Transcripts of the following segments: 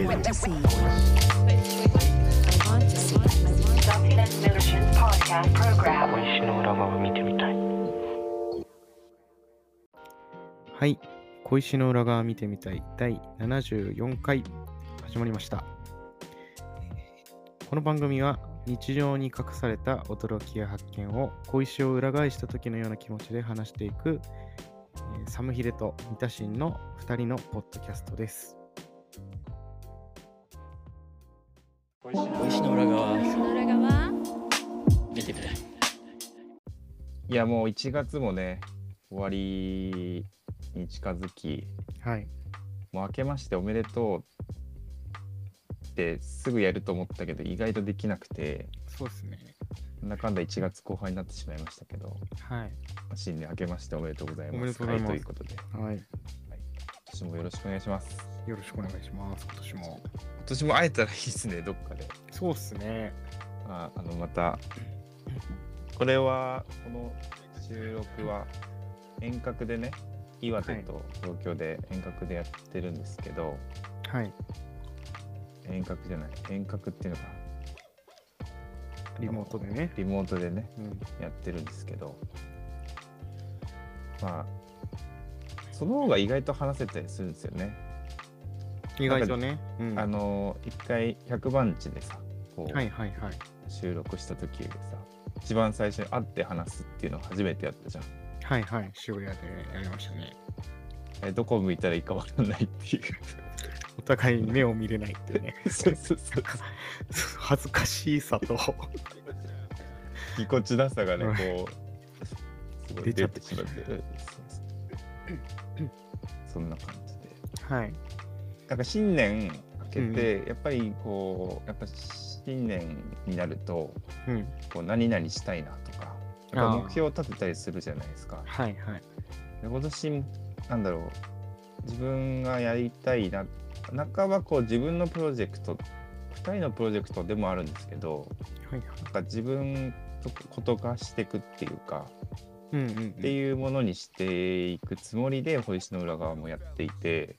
けど。 want to see. I want to see. Dominant Militant Podcast Program. 小石の裏側見てみたい。 はい、小石の裏側見てみたい第74回始まりました。この番組は日常に隠された驚きや発見を小石を裏返した時のような気持ちで話していく、サムヒデとミタシンの2人のポッドキャストです。 小石の裏側見てみたい。 いやもう1月もね終わりに近づき、 はい、 もう明けましておめでとうってすぐやると思ったけど意外とできなくて、 そうですね。 なんだかんだ1月後半になってしまいましたけど、 はい、 新年明けましておめでとうございます。 おめでとうございます。 ということで、 はい、 今年もよろしくお願いします。 よろしくお願いします。今年も会えたらいいですね、どっかで。 そうっすね。 またこれはこの収録は遠隔でね、岩手と東京で遠隔でやってるんですけど、 はい、 遠隔っていうのかリモートでね、 やってるんですけど、まあその方が意外と話せたりするんですよね。 意外とね、 一回100番地でさ、こう、収録した時でさ、一番最初に会って話すっていうのを初めてやったじゃん。 はいはい、渋谷でやりましたね。 どこ向いたらいいか分かんないっていう。 お互いに目を見れないっていうね。 そう恥ずかしさとぎこちなさがね、こうすごい出出ちゃってしまって、そんな感じで。 はい。 なんか新年明けて、やっぱりこう新年になると、こう何々したいなとか、やっぱ目標を立てたりするじゃないですか。 はいはい。 で今年なんだろう、自分がやりたいな、半ばこう自分のプロジェクト、2人のプロジェクトでもあるんですけど、なんか自分とこと化していくっていうか、っていうものにしていくつもりで小石の裏側もやっていて、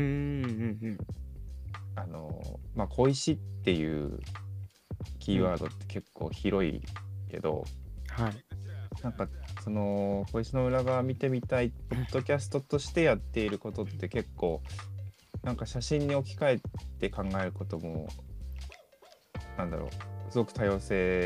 小石っていうキーワードって結構広いけど、なんかその小石の裏側見てみたいポッドキャストとしてやっていることって結構なんか写真に置き換えて考えることもすごく多様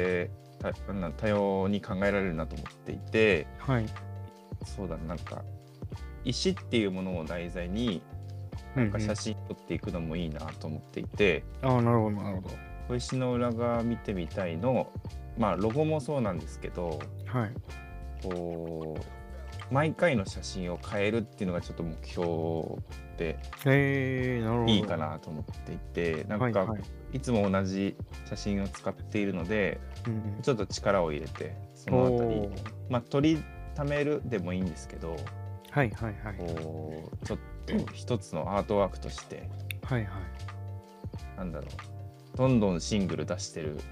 に考えられるなと思っていて、そうだね、なんか石っていうものを題材になんか写真撮っていくのもいいなと思っていて、 なるほどなるほど。 小石の裏側見てみたいの、ロゴもそうなんですけど、こう毎回の写真を変えるっていうのがちょっと目標でいいかなと思っていて、なんかいつも同じ写真を使っているので、ちょっと力を入れてそのあたり、取りためるでもいいんですけど、こうちょっと一つのアートワークとして、どんどんシングル出してる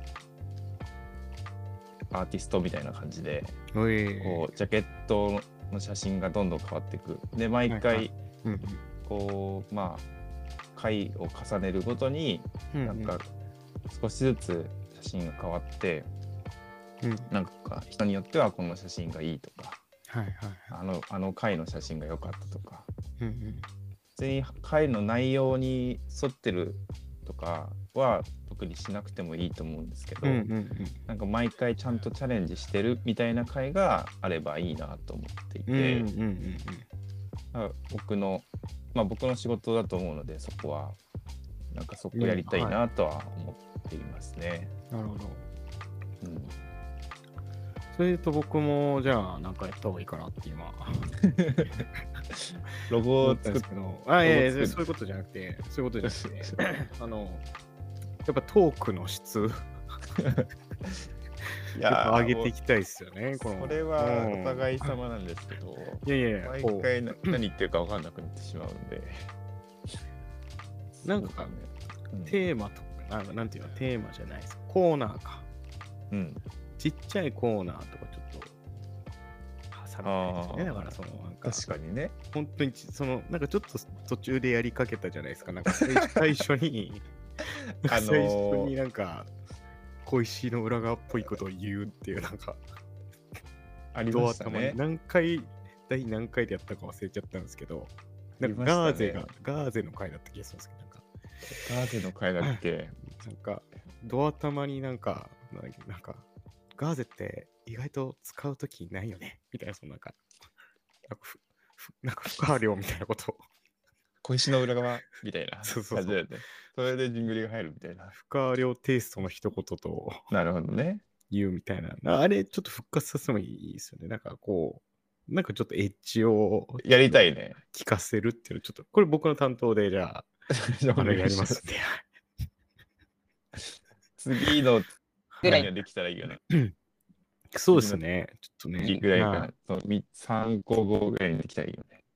アーティストみたいな感じで、こうジャケットの写真がどんどん変わっていく。で毎回こう回を重ねるごとになんか少しずつ写真が変わって、なんか人によってはこの写真がいいとか、あの回の写真が良かったとか、別に回の内容に沿ってるとかは特にしなくてもいいと思うんですけど、なんか毎回ちゃんとチャレンジしてるみたいな回があればいいなと思っていて、僕の仕事だと思うので、そこはなんかそこやりたいなとは思っていますね。 なるほど。それと僕もじゃあなんかやった方がいいかなって今ロゴを作ってそういうことじゃなくてやっぱトークの質上げていきたいですよね。 それはお互い様なんですけど、毎回何言ってるか分かんなくなってしまうんで、 なんかテーマとかなんていうの、テーマじゃないです、コーナーか、ちっちゃいコーナーとかちょっとさみたいですね。だからなんか確かにね。 本当になんかちょっと途中でやりかけたじゃないですか。なんか最初に最初になんか小石の裏側っぽいことを言うっていうなんかありましたね。 第何回でやったか忘れちゃったんですけど、なんかガーゼの回だった気がするんですけど、なんかガーゼの回だっけ？ なんかドア玉になんかガーゼって意外と使うときないよねみたいな、なんか不可量みたいなことを小石の裏側みたいなそう感じだよね。それでジングリが入るみたいな。 不可量テイストの一言となるほどね。 言うみたいな。あれちょっと復活させてもいいですよね。なんかなんかちょっとエッジをやりたいね。 聞かせるっていうのちょっと、これ僕の担当でじゃあ、やりますんで。 次の回ができたらいいよね。 そうですね。ちょっとね。 次ぐらいかな。3個後ぐらいにできたらいいよね。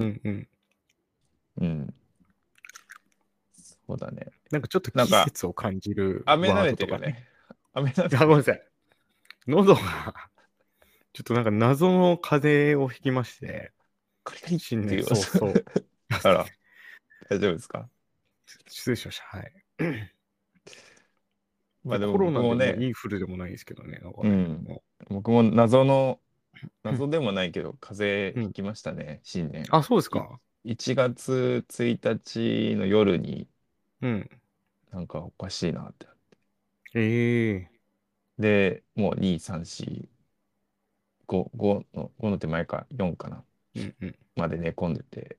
うん。そうだね。 なんかちょっと季節を感じるワードとかね。雨慣れてるね。 ごめんなさい。喉が、ちょっとなんか謎の風邪をひきまして。新年そう。 あら、大丈夫ですか？ 失礼しました。はい。 まあでもコロナでもインフルでもないですけどね。 僕も謎でもないけど、風邪ひきましたね、新年。 あ、そうですか。 1月1日の夜に、なんかおかしいなってなって。で、もう2、3、4、5の手前か、4かな。まで寝込んでて。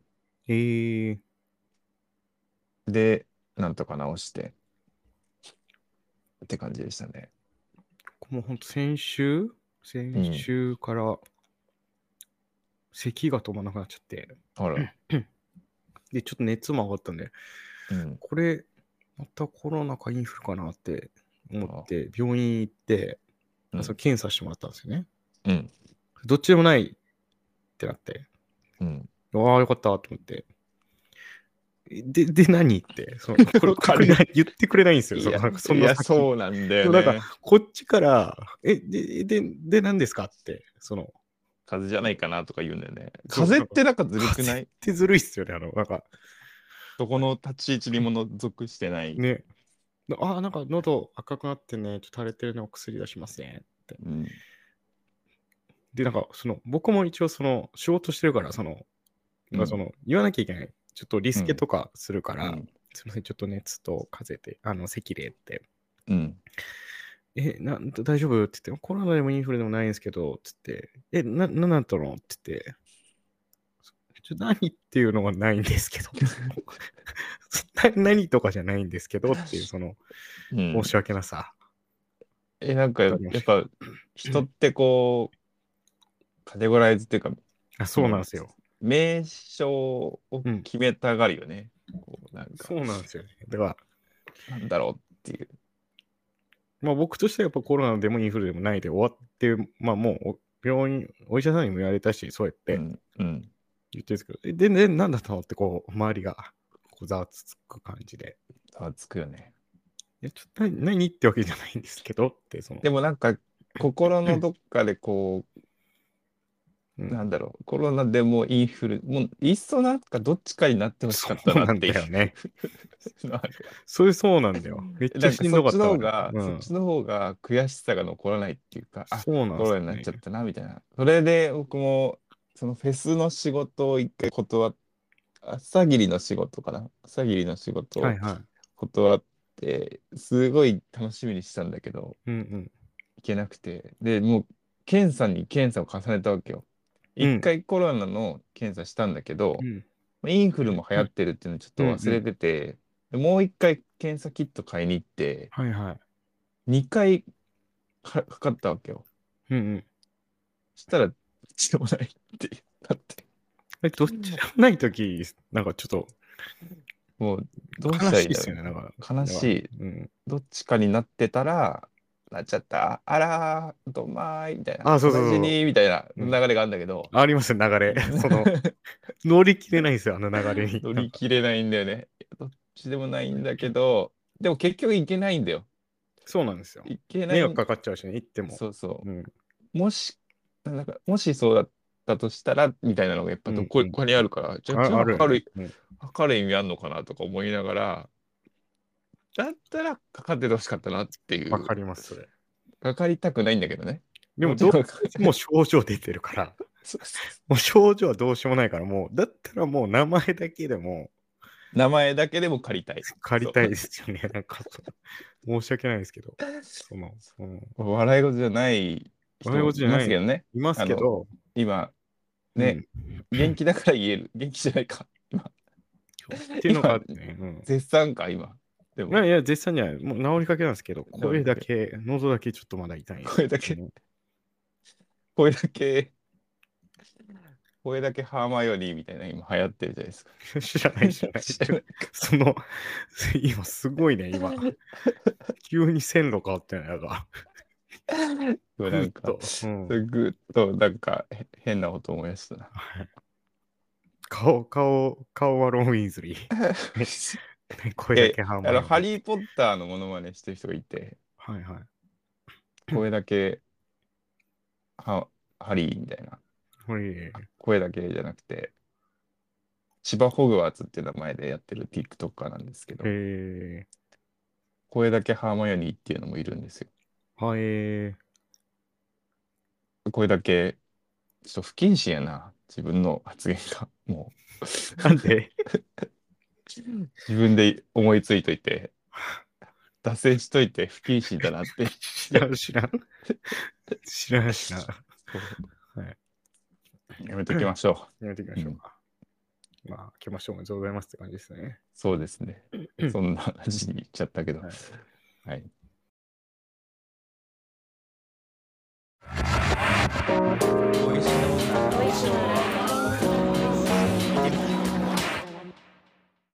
で、なんとか直してって感じでしたね。 もうほんと先週から咳が止まらなくなっちゃって。 あら。 で、ちょっと熱も上がったんで、これ、またコロナかインフルかなって思って、病院行って、検査してもらったんですよね。どっちでもないってなって、ああ、よかったと思って。で、何って、これ言ってくれないんですよ。 いや、そうなんだよね。 だから、こっちから、で、何ですかって、 風邪じゃないかなとか言うんだよね。風邪ってなんかずるくない？ ってずるいっすよね、なんか。 そこの立ち位置にもの属してない。 ね。なんか喉赤くなってね、ちょっと垂れてるのお薬出しますねって。で、なんか、僕も一応仕事してるから、言わなきゃいけない。ちょっとリスケとかするから、すみません、ちょっと熱と風邪で、咳でって。大丈夫って言って、コロナでもインフルでもないんですけど、つって、なんだったのって言って、何っていうのがないんですけど、何とかじゃないんですけどっていう、申し訳なさ。 なんか、やっぱ、人ってカテゴライズっていうか、 そうなんですよ。 名称を決めたがるよね。 そうなんですよね。だから、 なんだろうっていう。 まあ僕としてはやっぱコロナでもインフルでもないで終わって、まあもうお医者さんにも言われたし、そうやって言ってるんですけど、で、何だったのって周りがざわつく感じで。 ざわつくよね。 ちょっと何ってわけじゃないんですけどって、 でもなんか、心のどっかでなんだろう、コロナでもインフル、もういっそなんかどっちかになってほしかったなっていう。 そうなんだよね。そうなんだよ。めっちゃしんどかった。 そっちの方が悔しさが残らないっていうか、コロナになっちゃったなみたいな。それで僕もそのフェスの仕事を一回朝霧の仕事かな。朝霧の仕事を断って、すごい楽しみにしたんだけど、行けなくて。で、もう検査に検査を重ねたわけよ。一回コロナの検査したんだけど、インフルも流行ってるっていうのちょっと忘れてて、もう一回検査キット買いに行って、2回かかったわけよ。そしたら、どっちでもないってなって。 どっちでもないとき、なんかちょっと、 もう、どうしたらいいんだろう。 悲しいですよね。 悲しい。どっちかになってたら、なっちゃった。あらー、どんまーいみたいな。 そう同時にみたいな流れがあるんだけど。 あります流れ。乗り切れないんですよ、あの流れに。 乗り切れないんだよね。どっちでもないんだけど、でも結局いけないんだよ。 そうなんですよ。 いけない。 迷惑かかっちゃうしね、行っても。 そうそう。もしそうだっったとしたらみたいなのがやっぱどこにあるから、じゃあ測る意味あるのかなとか思いながら、だったらかかっててほしかったなっていう。 わかります、それ。 かかりたくないんだけどね。 でももう症状出てるから、もう症状はどうしようもないから、もう、だったらもう名前だけでも借りたい。 借りたいですよね。なんか申し訳ないですけど。 笑い事じゃない人いますけどね。 いますけど、 今、ね、元気だから言える。元気じゃないか。今。 っていうのがあってね。 絶賛か、今。 でもいや、絶賛じゃない。もう治りかけなんですけど、声だけ、喉だけちょっとまだ痛い。 声だけハーマイオニーみたいな今流行ってるじゃないですか。 知らない。今すごいね、今。急に線路変わってないか。 なんか、ぐっとなんか変な音思い出したな。 顔はロン・ウィンズリー。声だけハーマイオニー。 ハリー・ポッターのモノマネしてる人がいて、 はいはい。 声だけハリーみたいな。声だけじゃなくて、千葉ホグワーツっていう名前でやってる TikToker なんですけど、声だけハーマイオニーっていうのもいるんですよ。声だけ、ちょっと不謹慎やな、自分の発言が。もう。なんで自分で思いついといて、脱線しといて不謹慎だなって。 知らん。 やめときましょう。やめときましょうか。まあ、明けましょうもございますって感じですね。 そうですね。そんな話に言っちゃったけど。はい。 おいしい